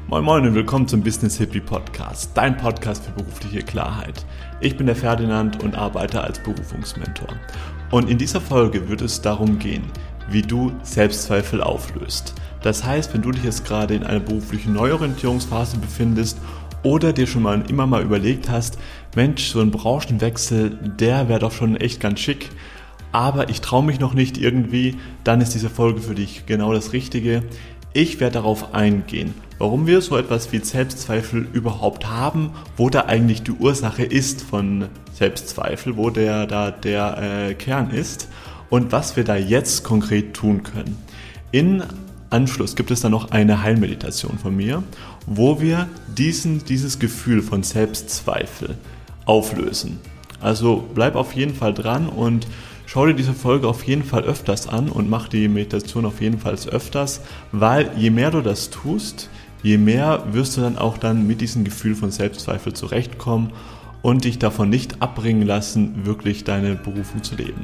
Moin Moin und willkommen zum Business Hippie Podcast, dein Podcast für berufliche Klarheit. Ich bin der Ferdinand und arbeite als Berufungsmentor. Und in dieser Folge wird es darum gehen, wie du Selbstzweifel auflöst. Das heißt, wenn du dich jetzt gerade in einer beruflichen Neuorientierungsphase befindest oder dir schon immer mal überlegt hast, Mensch, so ein Branchenwechsel, der wäre doch schon echt ganz schick, aber ich traue mich noch nicht irgendwie, dann ist diese Folge für dich genau das Richtige. Ich werde darauf eingehen, warum wir so etwas wie Selbstzweifel überhaupt haben, wo da eigentlich die Ursache ist von Selbstzweifel, wo der Kern ist und was wir da jetzt konkret tun können. In Anschluss gibt es dann noch eine Heilmeditation von mir, wo wir dieses Gefühl von Selbstzweifel auflösen. Also bleib auf jeden Fall dran und schau dir diese Folge auf jeden Fall öfters an und mach die Meditation auf jeden Fall öfters, weil je mehr du das tust, je mehr wirst du dann auch mit diesem Gefühl von Selbstzweifel zurechtkommen und dich davon nicht abbringen lassen, wirklich deine Berufung zu leben.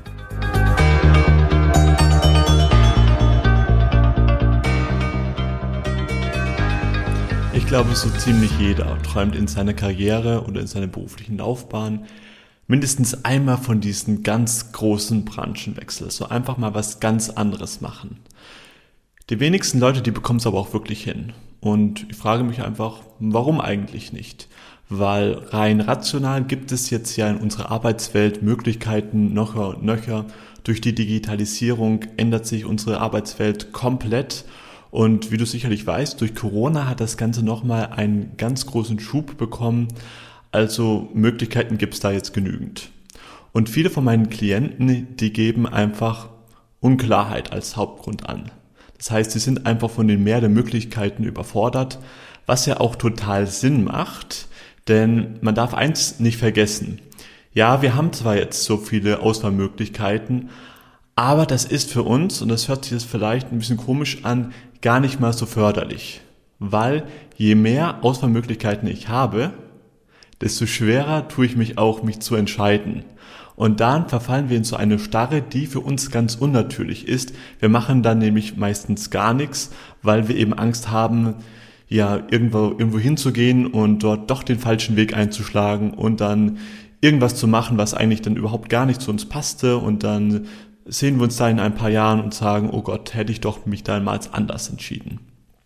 Ich glaube, so ziemlich jeder träumt in seiner Karriere oder in seiner beruflichen Laufbahn mindestens einmal von diesen ganz großen Branchenwechsel, so einfach mal was ganz anderes machen. Die wenigsten Leute, die bekommen es aber auch wirklich hin. Und ich frage mich einfach, warum eigentlich nicht? Weil rein rational gibt es jetzt ja in unserer Arbeitswelt Möglichkeiten noch und nöcher. Durch die Digitalisierung ändert sich unsere Arbeitswelt komplett. Und wie du sicherlich weißt, durch Corona hat das Ganze nochmal einen ganz großen Schub bekommen. Also Möglichkeiten gibt es da jetzt genügend. Und viele von meinen Klienten, die geben einfach Unklarheit als Hauptgrund an. Das heißt, sie sind einfach von den Meer der Möglichkeiten überfordert, was ja auch total Sinn macht, denn man darf eins nicht vergessen. Ja, wir haben zwar jetzt so viele Auswahlmöglichkeiten, aber das ist für uns, und das hört sich jetzt vielleicht ein bisschen komisch an, gar nicht mal so förderlich. Weil je mehr Auswahlmöglichkeiten ich habe, desto schwerer tue ich mich auch, mich zu entscheiden. Und dann verfallen wir in so eine Starre, die für uns ganz unnatürlich ist. Wir machen dann nämlich meistens gar nichts, weil wir eben Angst haben, ja, irgendwo hinzugehen und dort doch den falschen Weg einzuschlagen und dann irgendwas zu machen, was eigentlich dann überhaupt gar nicht zu uns passte. Und dann sehen wir uns da in ein paar Jahren und sagen, oh Gott, hätte ich doch mich damals anders entschieden.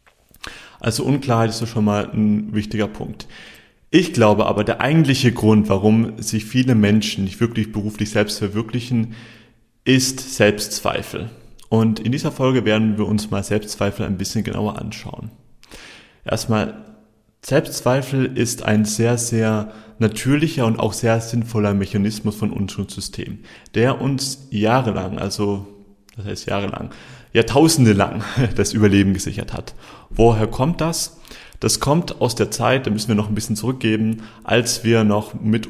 Also Unklarheit ist so schon mal ein wichtiger Punkt. Ich glaube aber, der eigentliche Grund, warum sich viele Menschen nicht wirklich beruflich selbst verwirklichen, ist Selbstzweifel. Und in dieser Folge werden wir uns mal Selbstzweifel ein bisschen genauer anschauen. Erstmal, Selbstzweifel ist ein sehr, sehr natürlicher und auch sehr sinnvoller Mechanismus von unserem System, der uns Jahrtausende lang das Überleben gesichert hat. Woher kommt das? Das kommt aus der Zeit, da müssen wir noch ein bisschen zurückgeben, als wir noch mit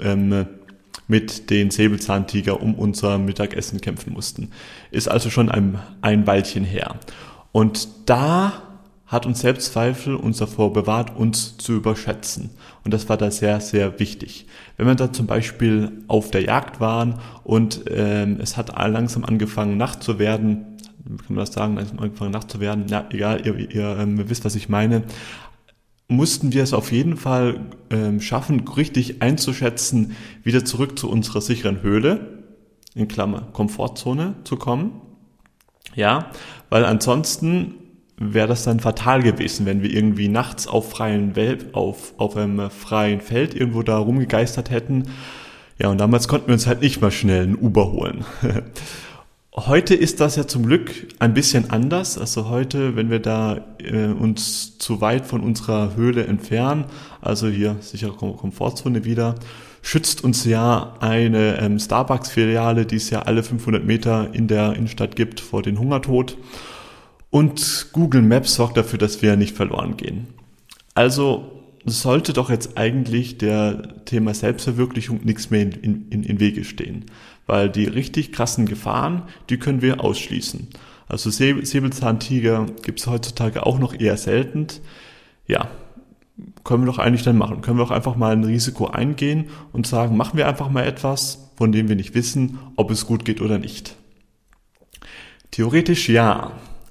den Säbelzahntiger um unser Mittagessen kämpfen mussten. Ist also schon ein Weilchen her. Und da hat uns Selbstzweifel uns davor bewahrt, uns zu überschätzen. Und das war da sehr, sehr wichtig. Wenn wir dann zum Beispiel auf der Jagd waren und es hat langsam angefangen Nacht zu werden, kann man das sagen, langsam angefangen Nacht zu werden, ja egal, ihr wisst, was ich meine, mussten wir es auf jeden Fall schaffen, richtig einzuschätzen, wieder zurück zu unserer sicheren Höhle, in Klammer Komfortzone, zu kommen. Ja, weil ansonsten wäre das dann fatal gewesen, wenn wir irgendwie nachts auf einem freien Feld irgendwo da rumgegeistert hätten. Ja, und damals konnten wir uns halt nicht mal schnell ein Uber holen. Heute ist das ja zum Glück ein bisschen anders. Also heute, wenn wir da uns zu weit von unserer Höhle entfernen, also hier sichere Komfortzone wieder, schützt uns ja eine Starbucks-Filiale, die es ja alle 500 Meter in der Innenstadt gibt, vor dem Hungertod. Und Google Maps sorgt dafür, dass wir nicht verloren gehen. Also sollte doch jetzt eigentlich der Thema Selbstverwirklichung nichts mehr in Wege stehen. Weil die richtig krassen Gefahren, die können wir ausschließen. Also Säbelzahntiger gibt es heutzutage auch noch eher selten. Ja, können wir doch eigentlich dann machen. Können wir auch einfach mal ein Risiko eingehen und sagen, machen wir einfach mal etwas, von dem wir nicht wissen, ob es gut geht oder nicht. Theoretisch ja,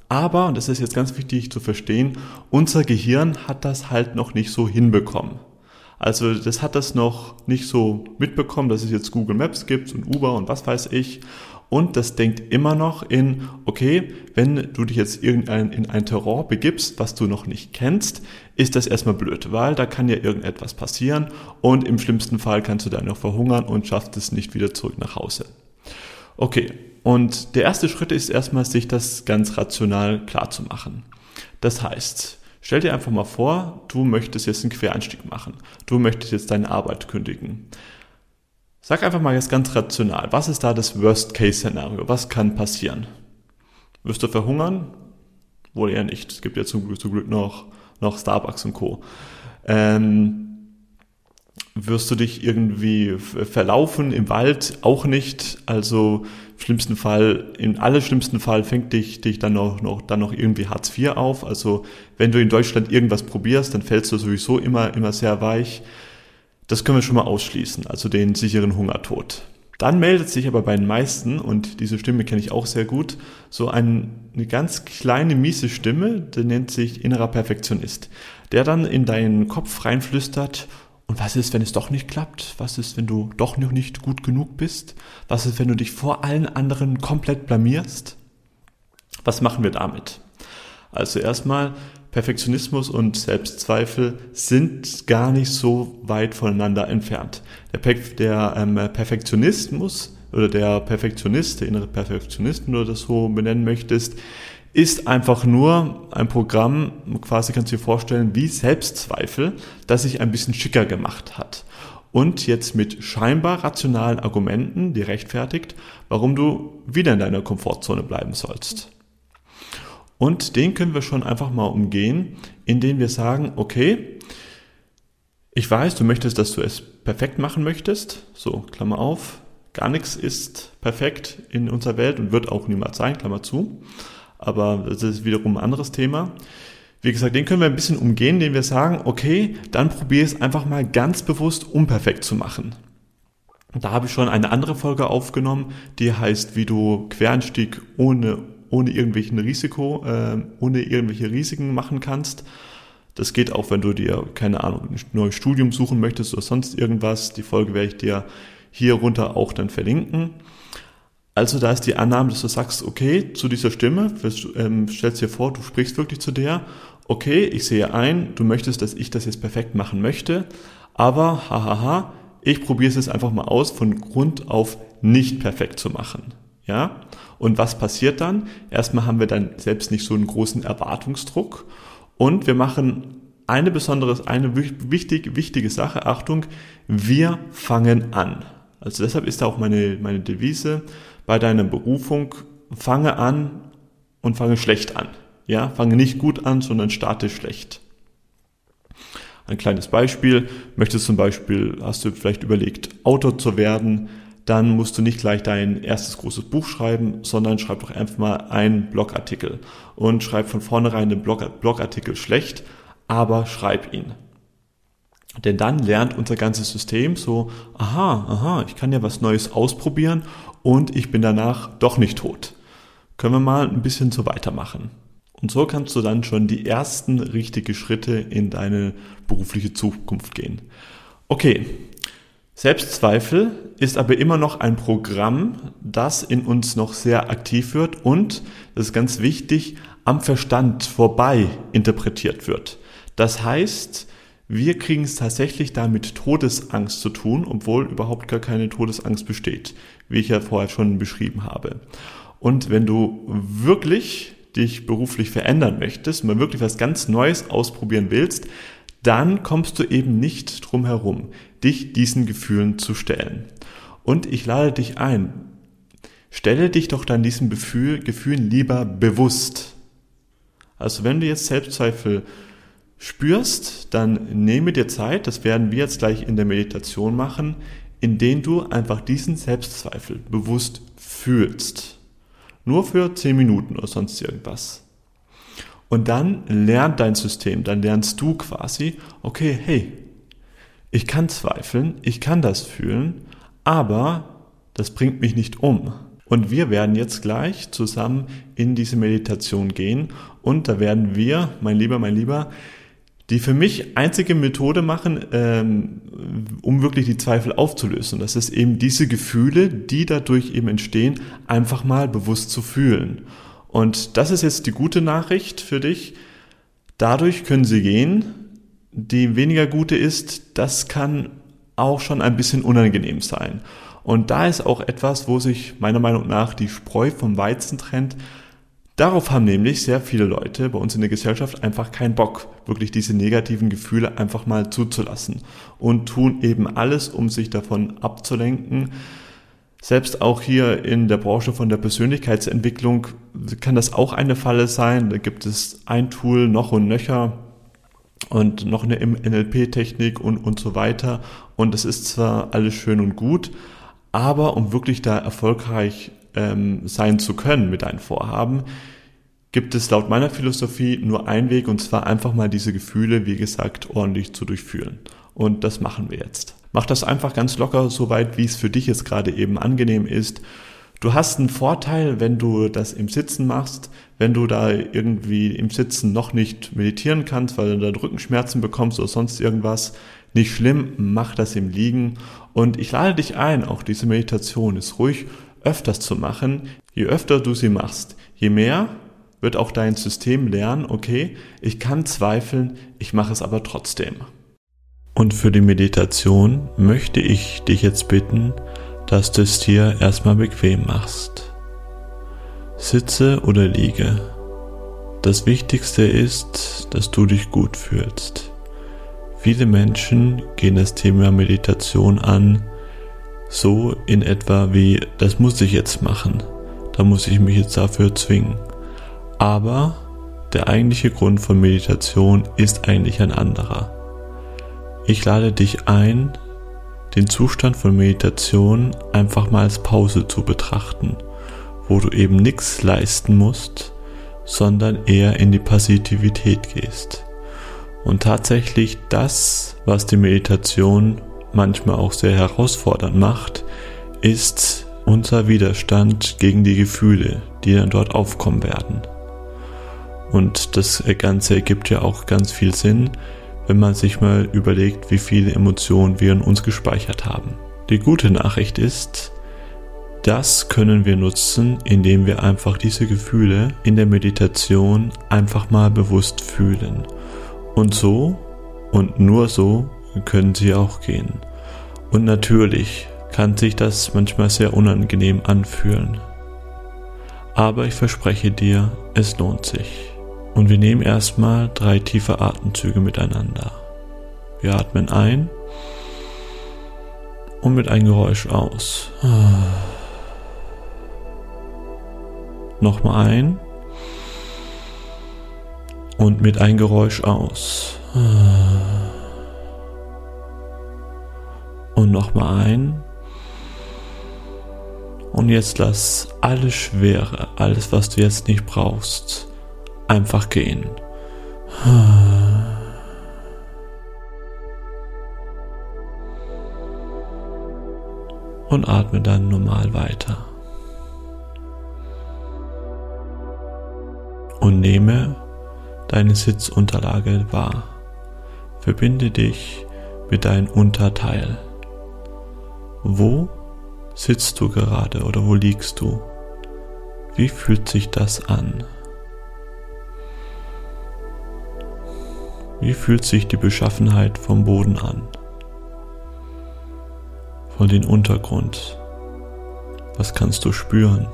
Aber, und das ist jetzt ganz wichtig zu verstehen, unser Gehirn hat das halt noch nicht so hinbekommen. Also das hat das noch nicht so mitbekommen, dass es jetzt Google Maps gibt und Uber und was weiß ich. Und das denkt immer noch in, okay, wenn du dich jetzt in ein Terrain begibst, was du noch nicht kennst, ist das erstmal blöd, weil da kann ja irgendetwas passieren und im schlimmsten Fall kannst du dann noch verhungern und schaffst es nicht wieder zurück nach Hause. Okay, und der erste Schritt ist erstmal, sich das ganz rational klar zu machen. Das heißt, stell dir einfach mal vor, du möchtest jetzt einen Quereinstieg machen. Du möchtest jetzt deine Arbeit kündigen. Sag einfach mal jetzt ganz rational, was ist da das Worst-Case-Szenario? Was kann passieren? Wirst du verhungern? Wohl eher nicht. Es gibt ja zum Glück noch Starbucks und Co. Wirst du dich irgendwie verlaufen im Wald? Auch nicht. Also im allerschlimmsten Fall fängt dich dann noch irgendwie Hartz IV auf. Also wenn du in Deutschland irgendwas probierst, dann fällst du sowieso immer sehr weich. Das können wir schon mal ausschließen, also den sicheren Hungertod. Dann meldet sich aber bei den meisten, und diese Stimme kenne ich auch sehr gut, so eine ganz kleine, miese Stimme, die nennt sich innerer Perfektionist, der dann in deinen Kopf reinflüstert: Und was ist, wenn es doch nicht klappt? Was ist, wenn du doch noch nicht gut genug bist? Was ist, wenn du dich vor allen anderen komplett blamierst? Was machen wir damit? Also erstmal, Perfektionismus und Selbstzweifel sind gar nicht so weit voneinander entfernt. Der Perfektionismus oder der Perfektionist, der innere Perfektionist, wenn du das so benennen möchtest, ist einfach nur ein Programm, quasi kannst du dir vorstellen, wie Selbstzweifel, das sich ein bisschen schicker gemacht hat. Und jetzt mit scheinbar rationalen Argumenten, die rechtfertigt, warum du wieder in deiner Komfortzone bleiben sollst. Und den können wir schon einfach mal umgehen, indem wir sagen, okay, ich weiß, du möchtest, dass du es perfekt machen möchtest. So, Klammer auf, gar nichts ist perfekt in unserer Welt und wird auch niemals sein, Klammer zu. Aber das ist wiederum ein anderes Thema. Wie gesagt, den können wir ein bisschen umgehen, indem wir sagen, okay, dann probier es einfach mal ganz bewusst unperfekt zu machen. Da habe ich schon eine andere Folge aufgenommen, die heißt, wie du Quereinstieg ohne irgendwelche Risiken machen kannst. Das geht auch, wenn du dir, keine Ahnung, ein neues Studium suchen möchtest oder sonst irgendwas. Die Folge werde ich dir hier runter auch dann verlinken. Also da ist die Annahme, dass du sagst, okay, zu dieser Stimme, stellst dir vor, du sprichst wirklich zu der, okay, ich sehe ein, du möchtest, dass ich das jetzt perfekt machen möchte, aber ich probiere es jetzt einfach mal aus, von Grund auf nicht perfekt zu machen. Ja? Und was passiert dann? Erstmal haben wir dann selbst nicht so einen großen Erwartungsdruck und wir machen eine wichtige Sache, Achtung, wir fangen an. Also deshalb ist da auch meine Devise bei deiner Berufung: fange an und fange schlecht an. Ja, fange nicht gut an, sondern starte schlecht. Ein kleines Beispiel: hast du vielleicht überlegt, Autor zu werden, dann musst du nicht gleich dein erstes großes Buch schreiben, sondern schreib doch einfach mal einen Blogartikel und schreib von vornherein den Blogartikel schlecht, aber schreib ihn. Denn dann lernt unser ganzes System so, ich kann ja was Neues ausprobieren und ich bin danach doch nicht tot. Können wir mal ein bisschen so weitermachen. Und so kannst du dann schon die ersten richtigen Schritte in deine berufliche Zukunft gehen. Okay, Selbstzweifel ist aber immer noch ein Programm, das in uns noch sehr aktiv wird und, das ist ganz wichtig, am Verstand vorbei interpretiert wird. Das heißt, wir kriegen es tatsächlich da mit Todesangst zu tun, obwohl überhaupt gar keine Todesangst besteht, wie ich ja vorher schon beschrieben habe. Und wenn du wirklich dich beruflich verändern möchtest, mal wirklich was ganz Neues ausprobieren willst, dann kommst du eben nicht drum herum, dich diesen Gefühlen zu stellen. Und ich lade dich ein, stelle dich doch dann diesen Gefühlen lieber bewusst. Also wenn du jetzt Selbstzweifel spürst, dann nehme dir Zeit, das werden wir jetzt gleich in der Meditation machen, indem du einfach diesen Selbstzweifel bewusst fühlst. Nur für 10 Minuten oder sonst irgendwas. Und dann lernt dein System, dann lernst du quasi, okay, hey, ich kann zweifeln, ich kann das fühlen, aber das bringt mich nicht um. Und wir werden jetzt gleich zusammen in diese Meditation gehen und da werden wir, mein Lieber, die für mich einzige Methode machen, um wirklich die Zweifel aufzulösen. Und das ist eben diese Gefühle, die dadurch eben entstehen, einfach mal bewusst zu fühlen. Und das ist jetzt die gute Nachricht für dich. Dadurch können sie gehen. Die weniger gute ist, das kann auch schon ein bisschen unangenehm sein. Und da ist auch etwas, wo sich meiner Meinung nach die Spreu vom Weizen trennt. Darauf haben nämlich sehr viele Leute bei uns in der Gesellschaft einfach keinen Bock, wirklich diese negativen Gefühle einfach mal zuzulassen und tun eben alles, um sich davon abzulenken. Selbst auch hier in der Branche von der Persönlichkeitsentwicklung kann das auch eine Falle sein. Da gibt es ein Tool noch und nöcher und noch eine NLP-Technik und so weiter. Und das ist zwar alles schön und gut, aber um wirklich da erfolgreich sein zu können mit deinen Vorhaben, gibt es laut meiner Philosophie nur einen Weg, und zwar einfach mal diese Gefühle, wie gesagt, ordentlich zu durchfühlen. Und das machen wir jetzt. Mach das einfach ganz locker, so weit, wie es für dich jetzt gerade eben angenehm ist. Du hast einen Vorteil, wenn du das im Sitzen machst, wenn du da irgendwie im Sitzen noch nicht meditieren kannst, weil du da Rückenschmerzen bekommst oder sonst irgendwas. Nicht schlimm, mach das im Liegen. Und ich lade dich ein, auch diese Meditation ist ruhig öfters zu machen. Je öfter du sie machst, je mehr wird auch dein System lernen, okay, ich kann zweifeln, ich mache es aber trotzdem. Und für die Meditation möchte ich dich jetzt bitten, dass du es dir erstmal bequem machst. Sitze oder liege. Das Wichtigste ist, dass du dich gut fühlst. Viele Menschen gehen das Thema Meditation an, so in etwa wie, das muss ich jetzt machen, da muss ich mich jetzt dafür zwingen. Aber der eigentliche Grund von Meditation ist eigentlich ein anderer. Ich lade dich ein, den Zustand von Meditation einfach mal als Pause zu betrachten, wo du eben nichts leisten musst, sondern eher in die Passivität gehst. Und tatsächlich das, was die Meditation manchmal auch sehr herausfordernd macht, ist unser Widerstand gegen die Gefühle, die dann dort aufkommen werden. Und das Ganze ergibt ja auch ganz viel Sinn, wenn man sich mal überlegt, wie viele Emotionen wir in uns gespeichert haben. Die gute Nachricht ist, das können wir nutzen, indem wir einfach diese Gefühle in der Meditation einfach mal bewusst fühlen. Und so und nur so können sie auch gehen. Und natürlich kann sich das manchmal sehr unangenehm anfühlen. Aber ich verspreche dir, es lohnt sich. Und wir nehmen erstmal 3 tiefe Atemzüge miteinander. Wir atmen ein und mit einem Geräusch aus. Nochmal ein und mit einem Geräusch aus. Und nochmal ein. Und jetzt lass alles Schwere, alles, was du jetzt nicht brauchst, einfach gehen. Und atme dann normal weiter. Und nehme deine Sitzunterlage wahr. Verbinde dich mit deinem Unterteil. Wo sitzt du gerade oder wo liegst du? Wie fühlt sich das an? Wie fühlt sich die Beschaffenheit vom Boden an? Von dem Untergrund? Was kannst du spüren?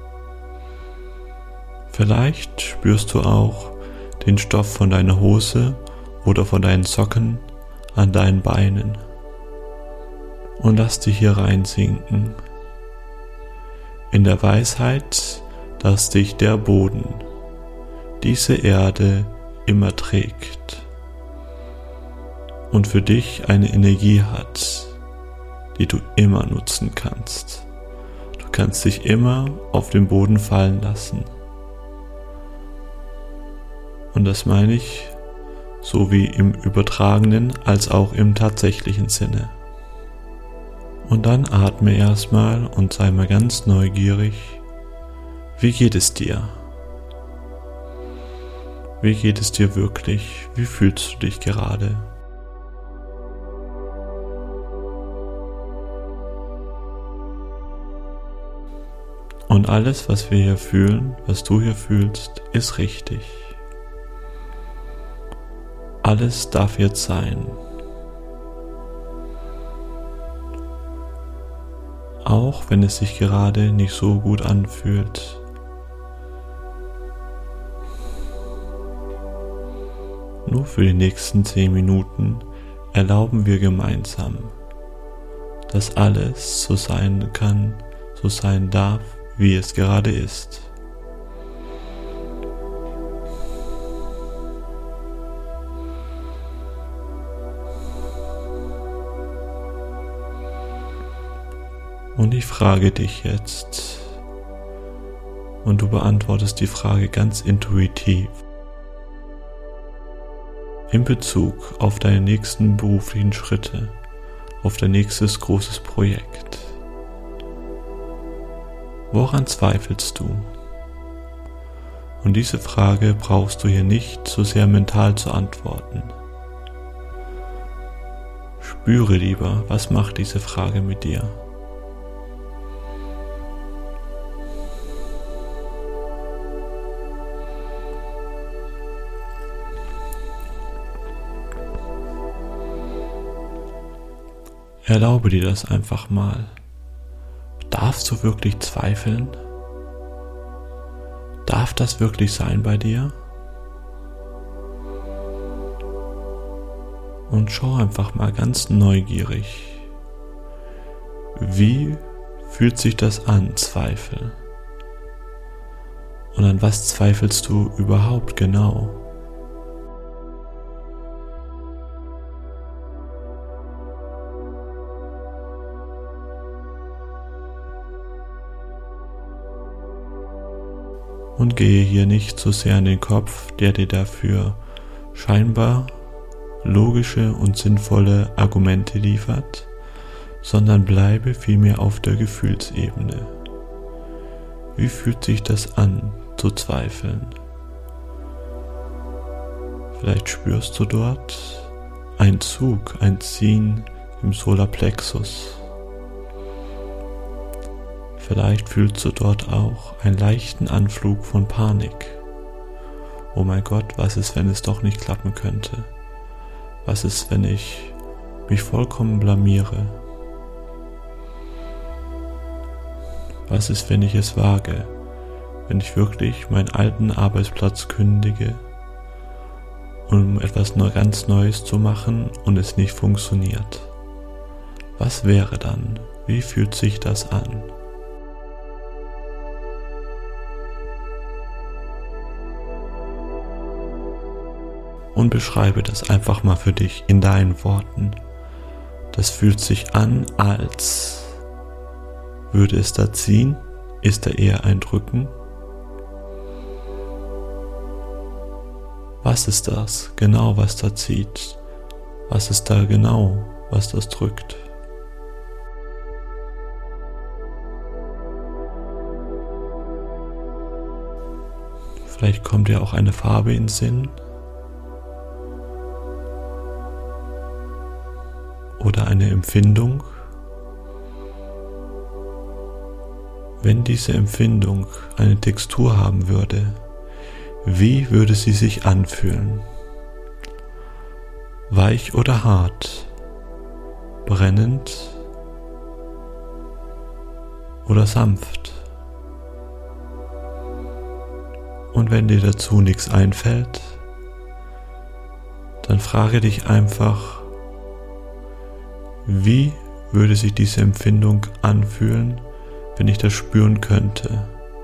Vielleicht spürst du auch den Stoff von deiner Hose oder von deinen Socken an deinen Beinen. Und lass dich hier reinsinken. In der Weisheit, dass dich der Boden, diese Erde immer trägt und für dich eine Energie hat, die du immer nutzen kannst. Du kannst dich immer auf den Boden fallen lassen. Und das meine ich sowie im übertragenen als auch im tatsächlichen Sinne. Und dann atme erstmal und sei mal ganz neugierig. Wie geht es dir? Wie geht es dir wirklich? Wie fühlst du dich gerade? Und alles, was wir hier fühlen, was du hier fühlst, ist richtig. Alles darf jetzt sein. Auch wenn es sich gerade nicht so gut anfühlt. Nur für die nächsten 10 Minuten erlauben wir gemeinsam, dass alles so sein kann, so sein darf, wie es gerade ist. Und ich frage dich jetzt, und du beantwortest die Frage ganz intuitiv, in Bezug auf deine nächsten beruflichen Schritte, auf dein nächstes großes Projekt. Woran zweifelst du? Und diese Frage brauchst du hier nicht so sehr mental zu antworten. Spüre lieber, was macht diese Frage mit dir? Erlaube dir das einfach mal. Darfst du wirklich zweifeln? Darf das wirklich sein bei dir? Und schau einfach mal ganz neugierig. Wie fühlt sich das an, Zweifel? Und an was zweifelst du überhaupt genau? Und gehe hier nicht so sehr in den Kopf, der dir dafür scheinbar logische und sinnvolle Argumente liefert, sondern bleibe vielmehr auf der Gefühlsebene. Wie fühlt sich das an, zu zweifeln? Vielleicht spürst du dort einen Zug, ein Ziehen im Solarplexus. Vielleicht fühlst du dort auch einen leichten Anflug von Panik. Oh mein Gott, was ist, wenn es doch nicht klappen könnte? Was ist, wenn ich mich vollkommen blamiere? Was ist, wenn ich es wage? Wenn ich wirklich meinen alten Arbeitsplatz kündige, um etwas ganz Neues zu machen und es nicht funktioniert? Was wäre dann? Wie fühlt sich das an? Und beschreibe das einfach mal für dich in deinen Worten. Das fühlt sich an, als würde es da ziehen? Ist da eher ein Drücken? Was ist das genau, was da zieht? Was ist da genau, was das drückt? Vielleicht kommt dir auch eine Farbe in den Sinn. Oder eine Empfindung. Wenn diese Empfindung eine Textur haben würde, wie würde sie sich anfühlen? Weich oder hart? Brennend oder sanft? Und wenn dir dazu nichts einfällt, dann frage dich einfach, wie würde sich diese Empfindung anfühlen, wenn ich das spüren könnte?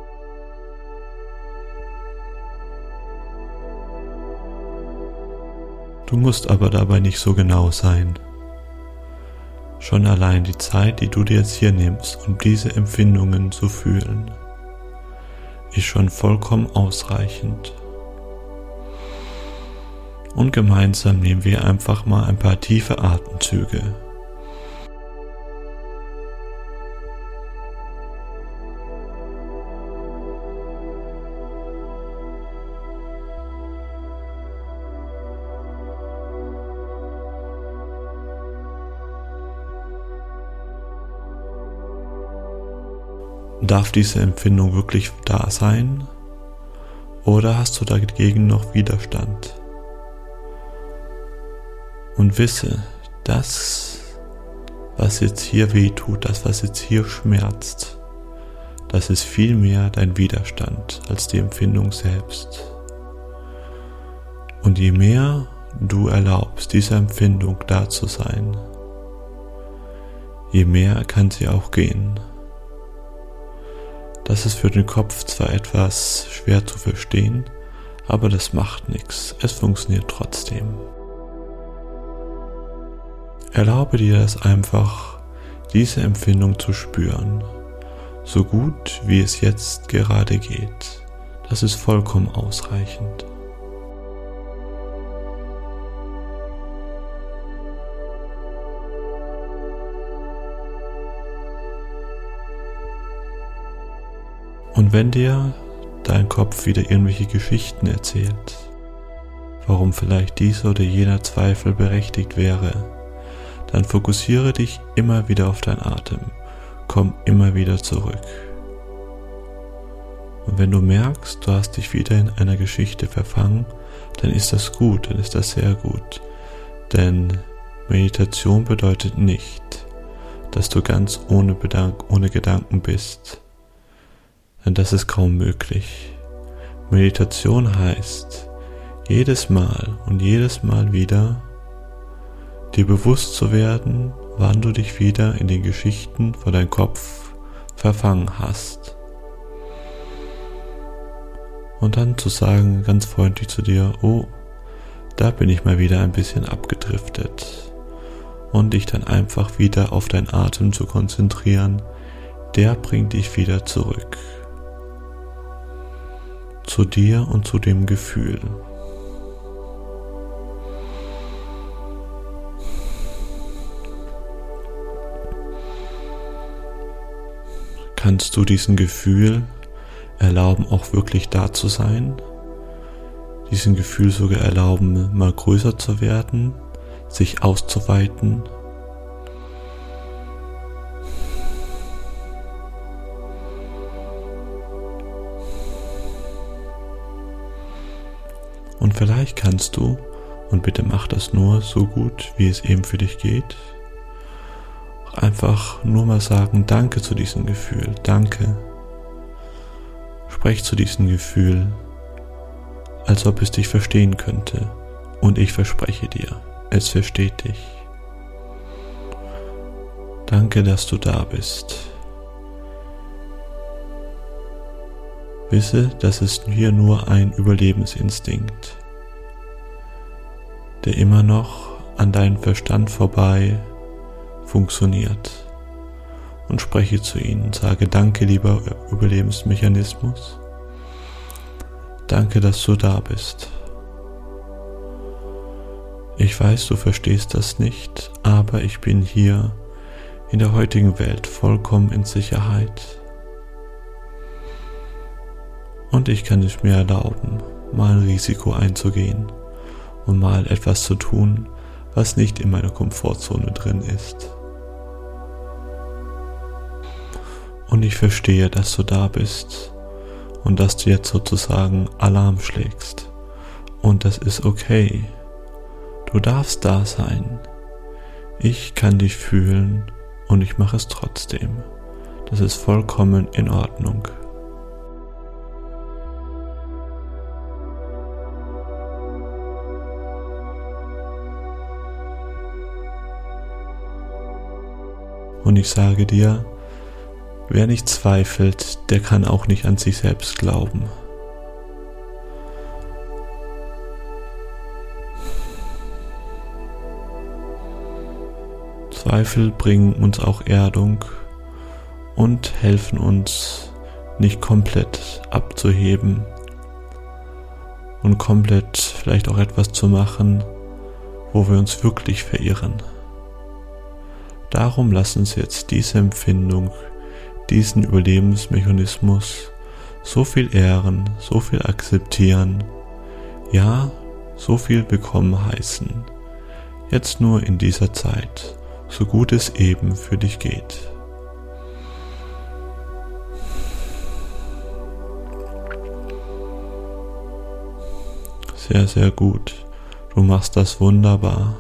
Du musst aber dabei nicht so genau sein. Schon allein die Zeit, die du dir jetzt hier nimmst, um diese Empfindungen zu fühlen, ist schon vollkommen ausreichend. Und gemeinsam nehmen wir einfach mal ein paar tiefe Atemzüge. Darf diese Empfindung wirklich da sein? Oder hast du dagegen noch Widerstand? Und wisse, das, was jetzt hier wehtut, das, was jetzt hier schmerzt, das ist viel mehr dein Widerstand als die Empfindung selbst. Und je mehr du erlaubst, dieser Empfindung da zu sein, je mehr kann sie auch gehen. Das ist für den Kopf zwar etwas schwer zu verstehen, aber das macht nichts, es funktioniert trotzdem. Erlaube dir das einfach, diese Empfindung zu spüren, so gut wie es jetzt gerade geht. Das ist vollkommen ausreichend. Und wenn dir dein Kopf wieder irgendwelche Geschichten erzählt, warum vielleicht dieser oder jener Zweifel berechtigt wäre, dann fokussiere dich immer wieder auf deinen Atem, komm immer wieder zurück. Und wenn du merkst, du hast dich wieder in einer Geschichte verfangen, dann ist das gut, dann ist das sehr gut. Denn Meditation bedeutet nicht, dass du ganz ohne Gedanken bist. Denn das ist kaum möglich. Meditation heißt, jedes Mal und jedes Mal wieder dir bewusst zu werden, wann du dich wieder in den Geschichten vor deinem Kopf verfangen hast. Und dann zu sagen, ganz freundlich zu dir, oh, da bin ich mal wieder ein bisschen abgedriftet. Und dich dann einfach wieder auf deinen Atem zu konzentrieren, der bringt dich wieder zurück. Zu dir und zu dem Gefühl. Kannst du diesem Gefühl erlauben, auch wirklich da zu sein? Diesem Gefühl sogar erlauben, mal größer zu werden, sich auszuweiten? Und vielleicht kannst du, und bitte mach das nur so gut, wie es eben für dich geht, einfach nur mal sagen, danke zu diesem Gefühl, danke. Sprech zu diesem Gefühl, als ob es dich verstehen könnte. Und ich verspreche dir, es versteht dich. Danke, dass du da bist. Wisse, das ist hier nur ein Überlebensinstinkt, der immer noch an deinem Verstand vorbei funktioniert. Und spreche zu ihnen und sage, danke, lieber Überlebensmechanismus. Danke, dass du da bist. Ich weiß, du verstehst das nicht, aber ich bin hier in der heutigen Welt vollkommen in Sicherheit. Und ich kann es mir erlauben, mal ein Risiko einzugehen und mal etwas zu tun, was nicht in meiner Komfortzone drin ist. Und ich verstehe, dass du da bist und dass du jetzt sozusagen Alarm schlägst. Und das ist okay. Du darfst da sein. Ich kann dich fühlen und ich mache es trotzdem. Das ist vollkommen in Ordnung. Und ich sage dir, wer nicht zweifelt, der kann auch nicht an sich selbst glauben. Zweifel bringen uns auch Erdung und helfen uns, nicht komplett abzuheben und komplett vielleicht auch etwas zu machen, wo wir uns wirklich verirren. Darum lass uns jetzt diese Empfindung, diesen Überlebensmechanismus so viel ehren, so viel akzeptieren, ja, so viel willkommen heißen, jetzt nur in dieser Zeit, so gut es eben für dich geht. Sehr, sehr gut. Du machst das wunderbar.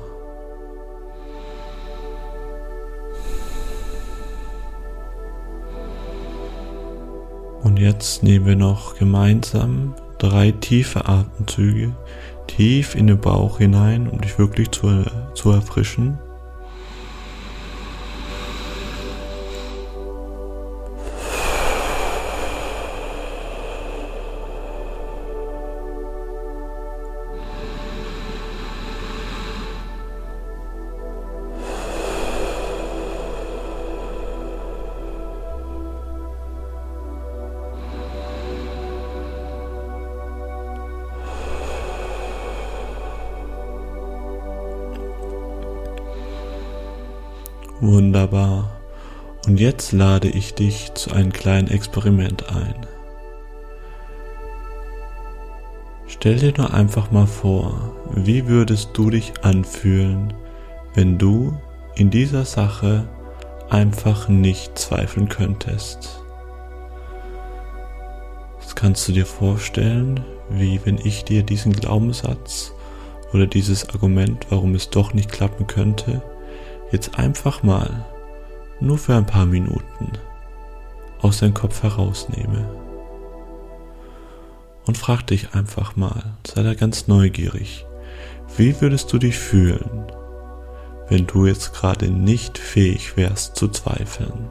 Und jetzt nehmen wir noch gemeinsam 3 tiefe Atemzüge tief in den Bauch hinein, um dich wirklich zu erfrischen. Wunderbar. Und jetzt lade ich dich zu einem kleinen Experiment ein. Stell dir nur einfach mal vor, wie würdest du dich anfühlen, wenn du in dieser Sache einfach nicht zweifeln könntest. Das kannst du dir vorstellen, wie wenn ich dir diesen Glaubenssatz oder dieses Argument, warum es doch nicht klappen könnte, jetzt einfach mal, nur für ein paar Minuten, aus deinem Kopf herausnehme. Und frag dich einfach mal, sei da ganz neugierig, wie würdest du dich fühlen, wenn du jetzt gerade nicht fähig wärst zu zweifeln?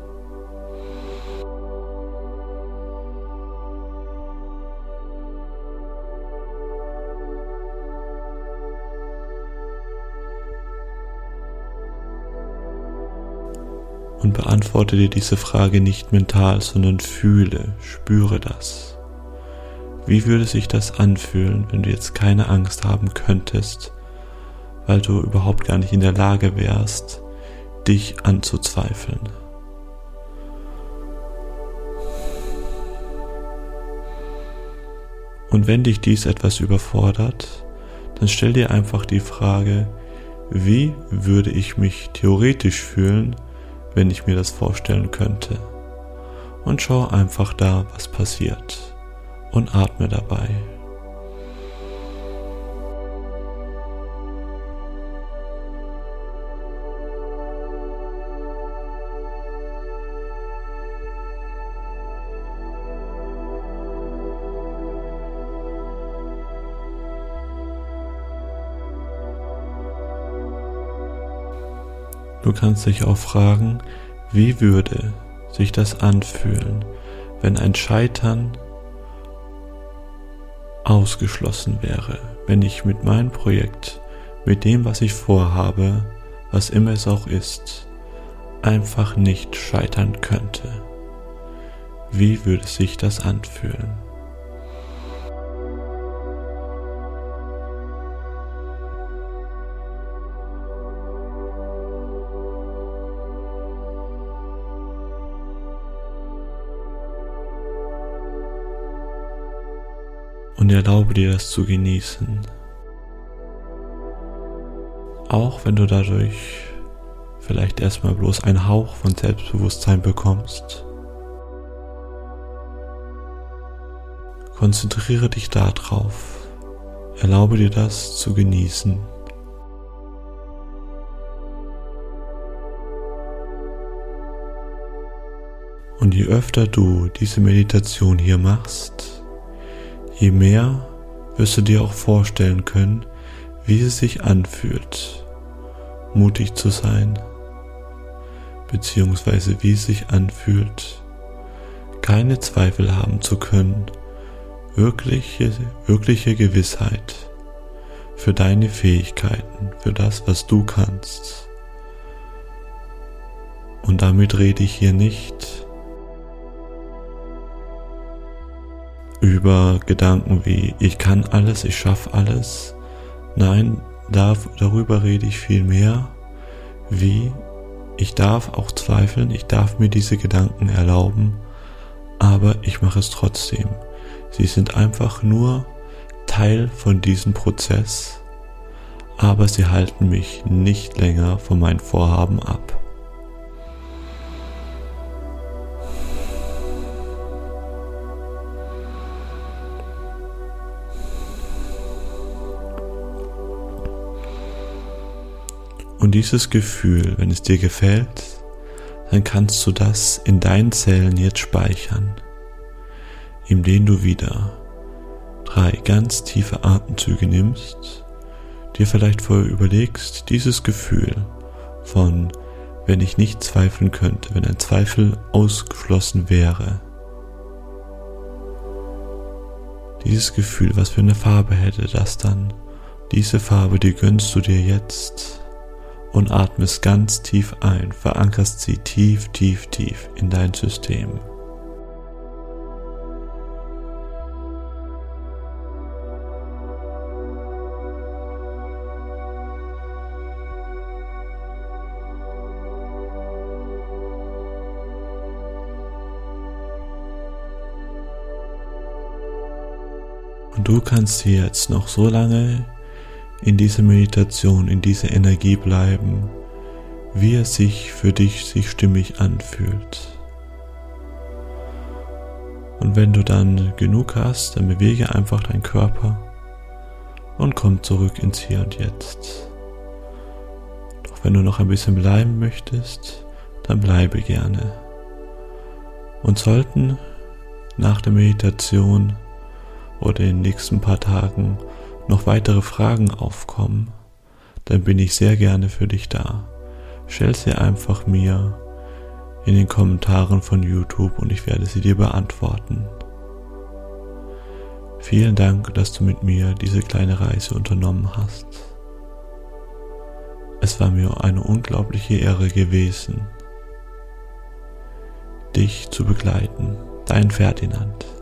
Und beantworte dir diese Frage nicht mental, sondern spüre das. Wie würde sich das anfühlen, wenn du jetzt keine Angst haben könntest, weil du überhaupt gar nicht in der Lage wärst, dich anzuzweifeln? Und wenn dich dies etwas überfordert, dann stell dir einfach die Frage, wie würde ich mich theoretisch fühlen, wenn ich mir das vorstellen könnte? Und schau einfach da, was passiert. Und atme dabei. Du kannst dich auch fragen, wie würde sich das anfühlen, wenn ein Scheitern ausgeschlossen wäre, wenn ich mit meinem Projekt, mit dem, was ich vorhabe, was immer es auch ist, einfach nicht scheitern könnte. Wie würde sich das anfühlen? Und erlaube dir das zu genießen. Auch wenn du dadurch vielleicht erstmal bloß einen Hauch von Selbstbewusstsein bekommst. Konzentriere dich darauf. Erlaube dir das zu genießen. Und je öfter du diese Meditation hier machst, je mehr wirst du dir auch vorstellen können, wie es sich anfühlt, mutig zu sein, beziehungsweise wie es sich anfühlt, keine Zweifel haben zu können, wirkliche Gewissheit für deine Fähigkeiten, für das, was du kannst. Und damit rede ich hier nicht über Gedanken wie ich kann alles, ich schaffe alles. Nein, darüber rede ich viel mehr, wie ich darf auch zweifeln, ich darf mir diese Gedanken erlauben, aber ich mache es trotzdem. Sie sind einfach nur Teil von diesem Prozess, aber sie halten mich nicht länger von meinen Vorhaben ab. Und dieses Gefühl, wenn es dir gefällt, dann kannst du das in deinen Zellen jetzt speichern, indem du wieder 3 ganz tiefe Atemzüge nimmst, dir vielleicht vorher überlegst, dieses Gefühl von, wenn ich nicht zweifeln könnte, wenn ein Zweifel ausgeschlossen wäre, dieses Gefühl, was für eine Farbe hätte das dann? Diese Farbe, die gönnst du dir jetzt und atmest ganz tief ein, verankerst sie tief, tief, tief in dein System. Und du kannst hier jetzt noch so lange in dieser Meditation, in dieser Energie bleiben, wie es sich für dich stimmig anfühlt. Und wenn du dann genug hast, dann bewege einfach deinen Körper und komm zurück ins Hier und Jetzt. Doch wenn du noch ein bisschen bleiben möchtest, dann bleibe gerne. Und sollten nach der Meditation oder in den nächsten paar Tagen noch weitere Fragen aufkommen, dann bin ich sehr gerne für dich da. Stell sie einfach mir in den Kommentaren von YouTube und ich werde sie dir beantworten. Vielen Dank, dass du mit mir diese kleine Reise unternommen hast. Es war mir eine unglaubliche Ehre gewesen, dich zu begleiten. Dein Ferdinand.